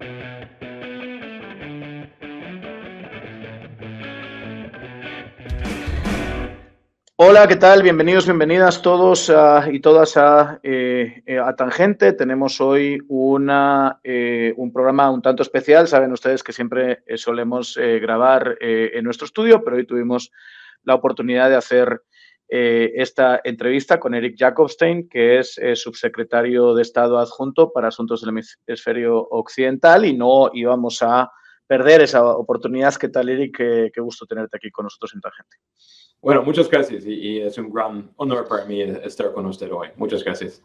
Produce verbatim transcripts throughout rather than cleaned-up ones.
Hola, ¿qué tal? Bienvenidos, bienvenidas todos uh, y todas a, eh, a Tangente. Tenemos hoy una, eh, un programa un tanto especial. Saben ustedes que siempre eh, solemos eh, grabar eh, en nuestro estudio, pero hoy tuvimos la oportunidad de hacer eh, esta entrevista con Eric Jacobstein, que es eh, subsecretario de Estado adjunto para Asuntos del Hemisferio Occidental, y no íbamos a perder esa oportunidad. ¿Qué tal, Eric? Qué, qué gusto tenerte aquí con nosotros en Tangente. Bueno, muchas gracias y, y es un gran honor para mí estar con usted hoy. Muchas gracias.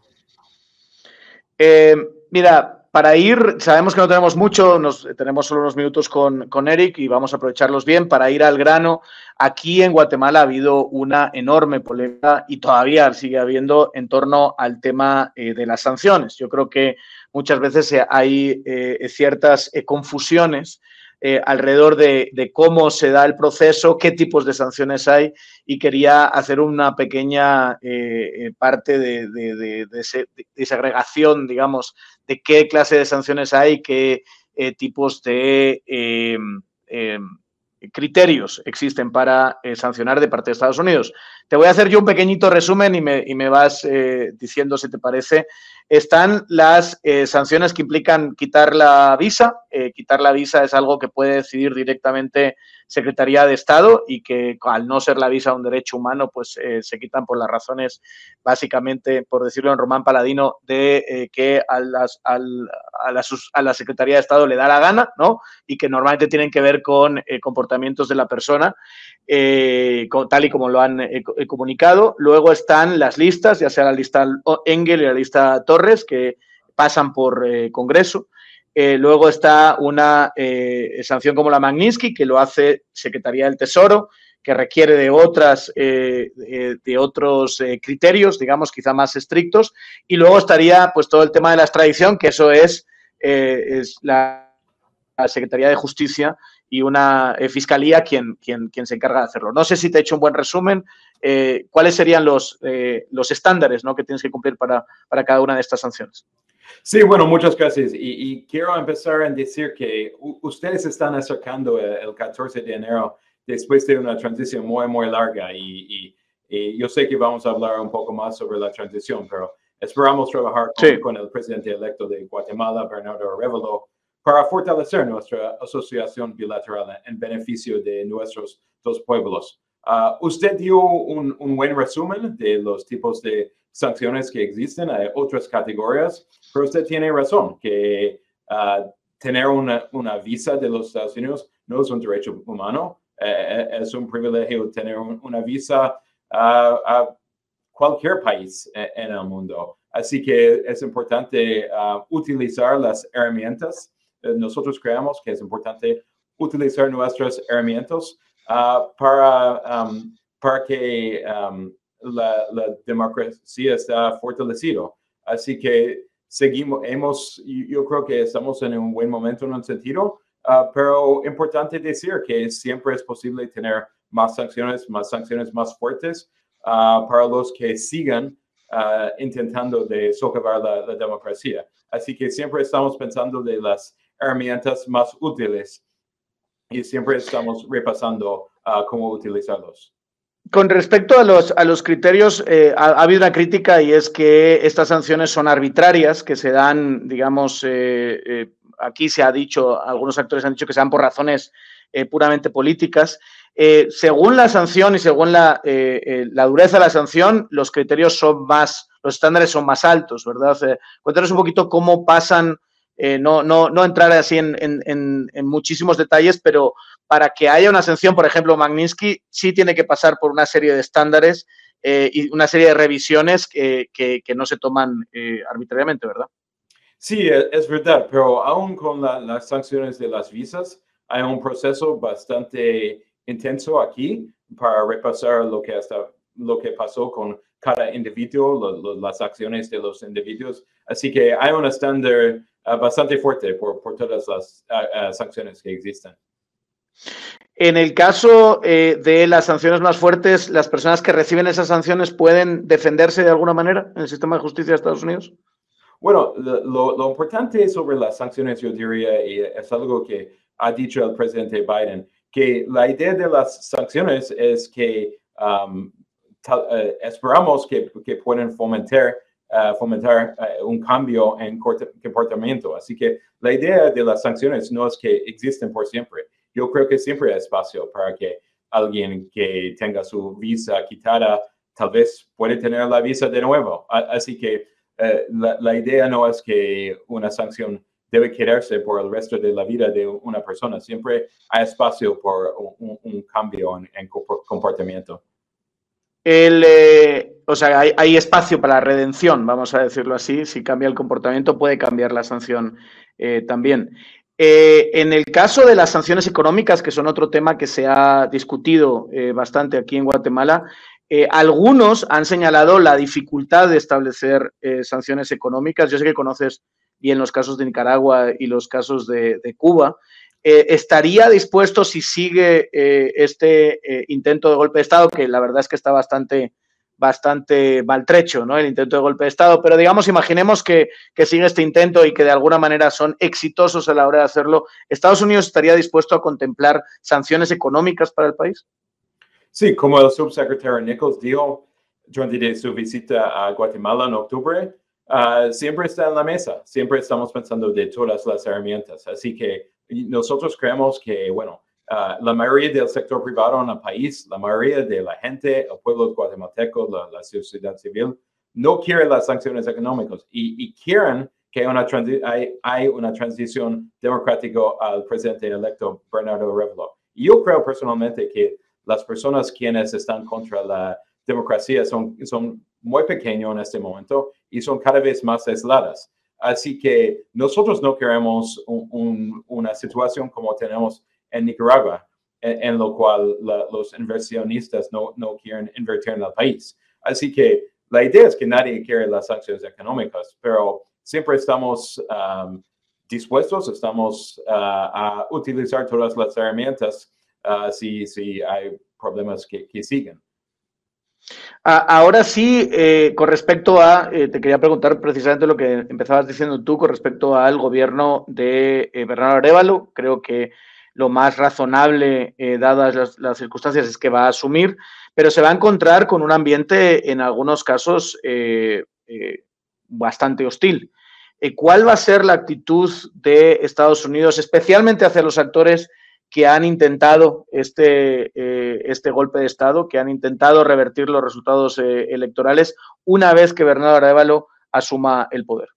Eh, mira, para ir, sabemos que no tenemos mucho, nos, tenemos solo unos minutos con, con Eric y vamos a aprovecharlos bien. Para ir al grano, aquí en Guatemala ha habido una enorme polémica y todavía sigue habiendo en torno al tema eh, de las sanciones. Yo creo que muchas veces hay eh, ciertas eh, confusiones Eh, alrededor de, de cómo se da el proceso, qué tipos de sanciones hay, y quería hacer una pequeña eh, parte de, de, de, de, ese, de desagregación, digamos, de qué clase de sanciones hay, qué eh, tipos de eh, eh, criterios existen para eh, sancionar de parte de Estados Unidos. Te voy a hacer yo un pequeñito resumen y me, y me vas eh, diciendo si te parece. Están las eh, sanciones que implican quitar la visa. Eh, quitar la visa es algo que puede decidir directamente Secretaría de Estado y que al no ser la visa un derecho humano, pues eh, se quitan por las razones, básicamente, por decirlo en román paladino, de eh, que a, las, al, a, la, a la Secretaría de Estado le da la gana, ¿no? Y que normalmente tienen que ver con eh, comportamientos de la persona, eh, con, tal y como lo han eh, comunicado. Luego están las listas, ya sea la lista Engel y la lista Torres, que pasan por eh, Congreso. Eh, luego está una eh, sanción como la Magnitsky, que lo hace Secretaría del Tesoro, que requiere de, otras, eh, de, de otros eh, criterios, digamos, quizá más estrictos. Y luego estaría pues todo el tema de la extradición, que eso es, eh, es la, la Secretaría de Justicia y una eh, Fiscalía quien, quien, quien se encarga de hacerlo. No sé si te he hecho un buen resumen. Eh, ¿Cuáles serían los, eh, los estándares, ¿no?, que tienes que cumplir para, para cada una de estas sanciones? Sí, bueno, muchas gracias. Y, y quiero empezar a decir que ustedes están acercando el, el catorce de enero después de una transición muy, muy larga. Y, y, y yo sé que vamos a hablar un poco más sobre la transición, pero esperamos trabajar con, sí. con el presidente electo de Guatemala, Bernardo Arévalo, para fortalecer nuestra asociación bilateral en beneficio de nuestros dos pueblos. Uh, usted dio un, un buen resumen de los tipos de sanciones que existen. Hay otras categorías, pero usted tiene razón que uh, tener una, una visa de los Estados Unidos no es un derecho humano. Eh, es un privilegio tener un, una visa uh, a cualquier país en el mundo. Así que es importante uh, utilizar las herramientas. Nosotros creemos que es importante utilizar nuestras herramientas uh, para, um, para que um, la, la democracia está fortalecida. Así que seguimos, hemos, yo creo que estamos en un buen momento en un sentido, uh, pero importante decir que siempre es posible tener más sanciones, más sanciones más fuertes uh, para los que sigan uh, intentando de socavar la, la democracia. Así que siempre estamos pensando de las herramientas más útiles y siempre estamos repasando uh, cómo utilizarlos. Con respecto a los, a los criterios, eh, ha, ha habido una crítica y es que estas sanciones son arbitrarias, que se dan, digamos, eh, eh, aquí se ha dicho, algunos actores han dicho que se dan por razones eh, puramente políticas. Eh, según la sanción y según la, eh, eh, la dureza de la sanción, los criterios son más, los estándares son más altos, ¿verdad? Eh, cuéntanos un poquito cómo pasan, eh, no, no, no entrar así en, en, en, en muchísimos detalles, pero para que haya una sanción, por ejemplo, Magnitsky, sí tiene que pasar por una serie de estándares eh, y una serie de revisiones que, que, que no se toman eh, arbitrariamente, ¿verdad? Sí, es verdad, pero aún con la, las sanciones de las visas, hay un proceso bastante intenso aquí para repasar lo que, hasta, lo que pasó con cada individuo, lo, lo, las acciones de los individuos. Así que hay un estándar uh, bastante fuerte por, por todas las uh, uh, sanciones que existen. En el caso eh, de las sanciones más fuertes, ¿las personas que reciben esas sanciones pueden defenderse de alguna manera en el sistema de justicia de Estados Unidos? Bueno, lo, lo importante sobre las sanciones, yo diría, y es algo que ha dicho el presidente Biden, que la idea de las sanciones es que um, tal, uh, esperamos que, que puedan fomentar, uh, fomentar uh, un cambio en comportamiento. Así que la idea de las sanciones no es que existen por siempre. Yo creo que siempre hay espacio para que alguien que tenga su visa quitada tal vez puede tener la visa de nuevo. Así que uh, la, la idea no es que una sanción debe quedarse por el resto de la vida de una persona. Siempre hay espacio por un, un cambio en, en comportamiento. El, eh, o sea, hay, hay espacio para la redención, vamos a decirlo así. Si cambia el comportamiento, puede cambiar la sanción eh, también. Eh, en el caso de las sanciones económicas, que son otro tema que se ha discutido eh, bastante aquí en Guatemala, eh, algunos han señalado la dificultad de establecer eh, sanciones económicas. Yo sé que conoces bien los casos de Nicaragua y los casos de, de Cuba. Eh, ¿Estaría dispuesto, si sigue eh, este eh, intento de golpe de Estado, que la verdad es que está bastante, bastante maltrecho, ¿no?, el intento de golpe de Estado, pero digamos, imaginemos que, que sigue este intento y que de alguna manera son exitosos a la hora de hacerlo, ¿Estados Unidos estaría dispuesto a contemplar sanciones económicas para el país? Sí, como el subsecretario Nichols dijo durante su visita a Guatemala en octubre, uh, siempre está en la mesa, siempre estamos pensando de todas las herramientas, así que nosotros creemos que, bueno, uh, la mayoría del sector privado en el país, la mayoría de la gente, el pueblo guatemalteco, la, la sociedad civil, no quiere las sanciones económicas y, y quieren que una hay, hay una transición democrática al presidente electo Bernardo Arévalo. Y yo creo personalmente que las personas quienes están contra la democracia son, son muy pequeños en este momento y son cada vez más aisladas. Así que nosotros no queremos un, un, una situación como tenemos en Nicaragua, en, en lo cual la, los inversionistas no, no quieren invertir en el país. Así que la idea es que nadie quiere las sanciones económicas, pero siempre estamos um, dispuestos, estamos uh, a utilizar todas las herramientas uh, si, si hay problemas que, que siguen. Ahora sí, eh, con respecto a, eh, te quería preguntar precisamente lo que empezabas diciendo tú con respecto al gobierno de eh, Bernardo Arévalo. Creo que lo más razonable, eh, dadas las, las circunstancias, es que va a asumir, pero se va a encontrar con un ambiente, en algunos casos, eh, eh, bastante hostil. Eh, ¿Cuál va a ser la actitud de Estados Unidos, especialmente hacia los actores que han intentado este, eh, este golpe de Estado, que han intentado revertir los resultados eh, electorales una vez que Bernardo Arévalo asuma el poder?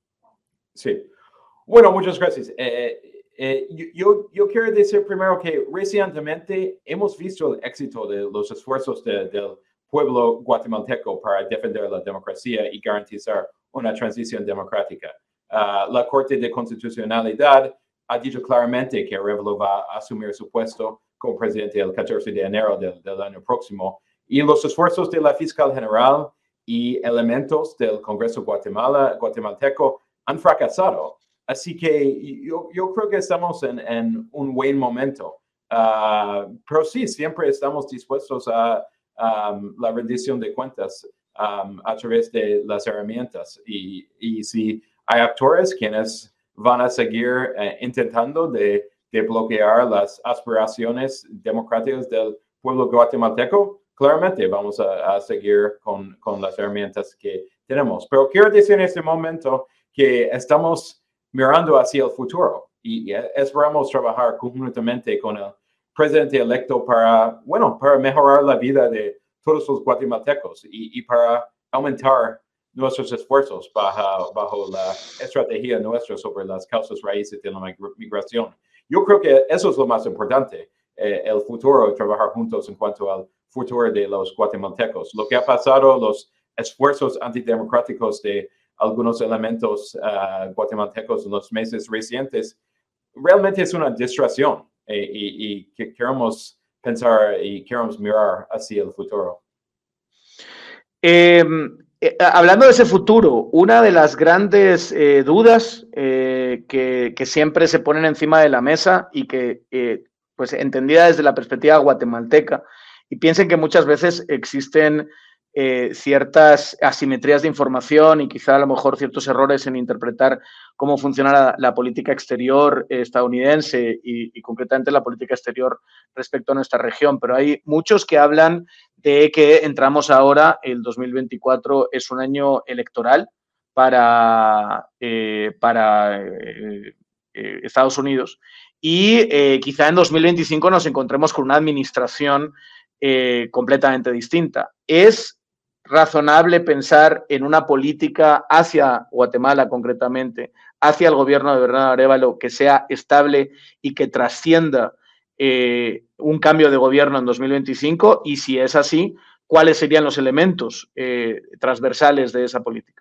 Sí. Bueno, muchas gracias. Eh, eh, yo, yo quiero decir primero que recientemente hemos visto el éxito de los esfuerzos de, del pueblo guatemalteco para defender la democracia y garantizar una transición democrática. Uh, la Corte de Constitucionalidad ha dicho claramente que Arévalo va a asumir su puesto como presidente el catorce de enero del, del año próximo. Y los esfuerzos de la fiscal general y elementos del Congreso Guatemala, guatemalteco han fracasado. Así que yo, yo creo que estamos en, en un buen momento. Uh, pero sí, siempre estamos dispuestos a um, la rendición de cuentas um, a través de las herramientas. Y, y si hay actores quienes van a seguir eh, intentando de, de bloquear las aspiraciones democráticas del pueblo guatemalteco, claramente vamos a, a seguir con, con las herramientas que tenemos. Pero quiero decir en este momento que estamos mirando hacia el futuro y, y esperamos trabajar conjuntamente con el presidente electo para, bueno, para mejorar la vida de todos los guatemaltecos y, y para aumentar nuestros esfuerzos bajo, bajo la estrategia nuestra sobre las causas raíces de la migración. Yo creo que eso es lo más importante, eh, el futuro, trabajar juntos en cuanto al futuro de los guatemaltecos. Lo que ha pasado, los esfuerzos antidemocráticos de algunos elementos uh, guatemaltecos en los meses recientes, realmente es una distracción eh, y, y que queremos pensar y queremos mirar hacia el futuro. Eh, eh, hablando de ese futuro, una de las grandes eh, dudas eh, que, que siempre se ponen encima de la mesa y que, eh, pues entendida desde la perspectiva guatemalteca, y piensen que muchas veces existen eh, ciertas asimetrías de información y quizá a lo mejor ciertos errores en interpretar cómo funciona la, la política exterior estadounidense y, y concretamente la política exterior respecto a nuestra región. Pero hay muchos que hablan de que entramos ahora, el dos mil veinticuatro es un año electoral para, eh, para eh, eh, Estados Unidos y eh, quizá en dos mil veinticinco nos encontremos con una administración eh, completamente distinta. ¿Es razonable pensar en una política hacia Guatemala concretamente, hacia el gobierno de Bernardo Arévalo, que sea estable y que trascienda eh, un cambio de gobierno en dos mil veinticinco? Y si es así, ¿cuáles serían los elementos eh, transversales de esa política?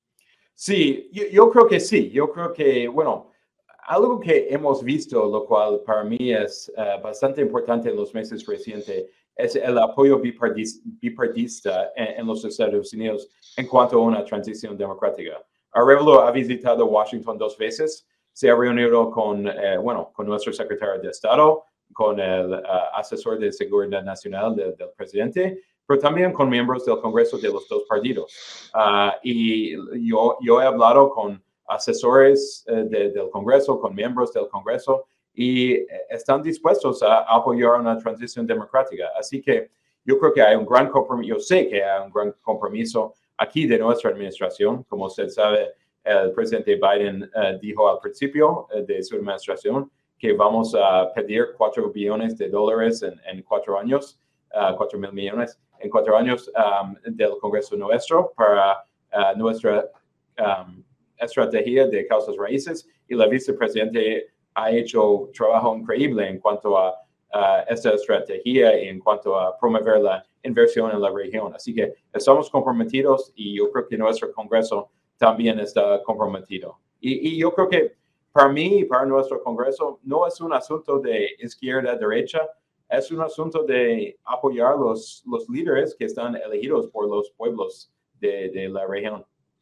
Sí, yo, yo creo que sí. Yo creo que, bueno, algo que hemos visto, lo cual para mí es uh, bastante importante en los meses recientes, es el apoyo bipartidista en, en los Estados Unidos en cuanto a una transición democrática. Arévalo ha visitado Washington dos veces, se ha reunido con, eh, bueno, con nuestro secretario de Estado, con el uh, asesor de seguridad nacional de, del presidente, pero también con miembros del Congreso de los dos partidos. Uh, y yo, yo he hablado con asesores eh, de, del Congreso, con miembros del Congreso, y están dispuestos a apoyar una transición democrática. Así que yo creo que hay un gran compromiso, yo sé que hay un gran compromiso aquí de nuestra administración. Como usted sabe, el presidente Biden uh, dijo al principio uh, de su administración que vamos a pedir cuatro billones de dólares en, en cuatro años, uh, cuatro mil millones en cuatro años um, del Congreso nuestro para uh, nuestra um, estrategia de causas raíces, y la vicepresidente ha hecho trabajo increíble en cuanto a uh, esta estrategia y en cuanto a promover la inversión en la región. Así que estamos comprometidos y yo creo que nuestro Congreso también está comprometido. Y, y yo creo que para mí y para nuestro Congreso no es un asunto de izquierda-derecha, es un asunto de apoyar los, los líderes que están elegidos por los pueblos de, de la región.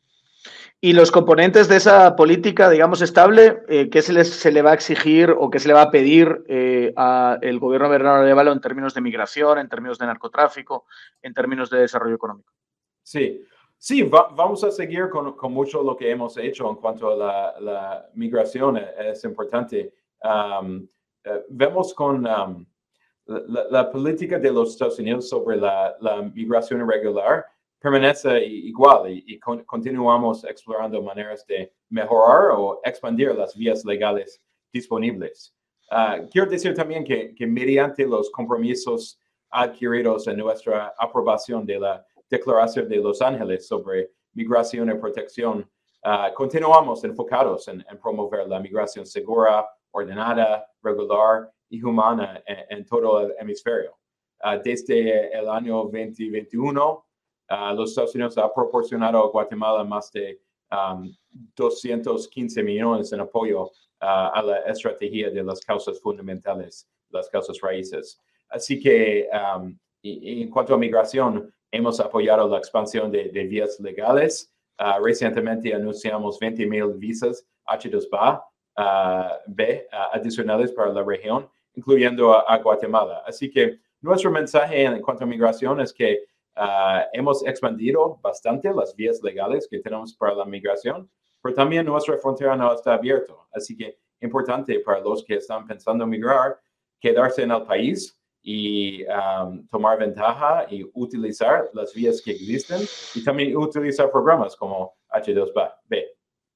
Y los componentes de esa política, digamos, estable, eh, ¿qué se, les, se le va a exigir o qué se le va a pedir eh, al gobierno de Bernardo Arévalo en términos de migración, en términos de narcotráfico, en términos de desarrollo económico? Sí, sí, va, vamos a seguir con, con mucho lo que hemos hecho en cuanto a la, la migración, es importante. Um, uh, vemos con um, la, la política de los Estados Unidos sobre la, la migración irregular permanece igual y, y con, continuamos explorando maneras de mejorar o expandir las vías legales disponibles. Uh, quiero decir también que, que mediante los compromisos adquiridos en nuestra aprobación de la Declaración de Los Ángeles sobre migración y protección, uh, continuamos enfocados en, en promover la migración segura, ordenada, regular y humana en, en todo el hemisferio. Uh, desde el año veinte veintiuno, Uh, los Estados Unidos ha proporcionado a Guatemala más de um, doscientos quince millones en apoyo uh, a la estrategia de las causas fundamentales, las causas raíces. Así que um, y, y en cuanto a migración, hemos apoyado la expansión de, de vías legales. Uh, recientemente anunciamos veinte mil visas H dos B, uh, B uh, adicionales para la región, incluyendo a, a Guatemala. Así que nuestro mensaje en cuanto a migración es que Uh, hemos expandido bastante las vías legales que tenemos para la migración, pero también nuestra frontera no está abierta. Así que importante para los que están pensando migrar, quedarse en el país y um, tomar ventaja y utilizar las vías que existen y también utilizar programas como H dos B.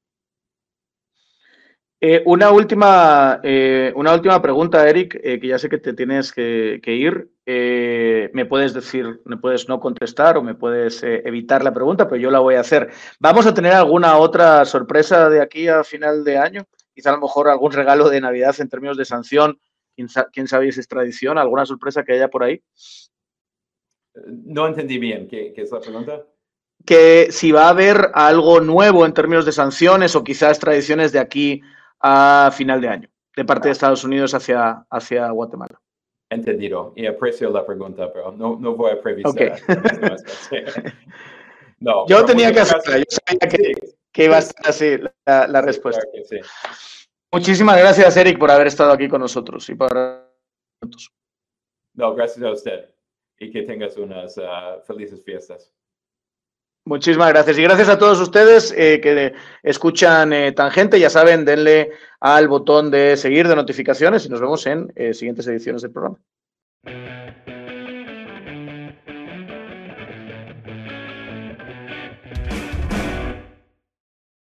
Eh, una, última, eh, una última pregunta, Eric, eh, que ya sé que te tienes que, que ir. Eh, me puedes decir, me puedes no contestar o me puedes eh, evitar la pregunta, pero yo la voy a hacer. ¿Vamos a tener alguna otra sorpresa de aquí a final de año? Quizá a lo mejor algún regalo de Navidad en términos de sanción. ¿Quién, sa quién sabe si es tradición? ¿Alguna sorpresa que haya por ahí? No entendí bien. ¿Qué, qué es la pregunta? Que si va a haber algo nuevo en términos de sanciones o quizás tradiciones de aquí a final de año, de parte de Estados Unidos hacia, hacia Guatemala. Entendido. Y aprecio la pregunta, pero no, no voy a previsar. Okay. No, yo tenía que hacerla, yo sabía que, sí, que iba a estar así la, la sí, respuesta. Claro que sí. Muchísimas gracias, Eric, por haber estado aquí con nosotros y por... No, gracias a usted. Y que tengas unas uh, felices fiestas. Muchísimas gracias. Y gracias a todos ustedes eh, que escuchan eh, Tangente. Ya saben, denle al botón de seguir, de notificaciones y nos vemos en eh, siguientes ediciones del programa.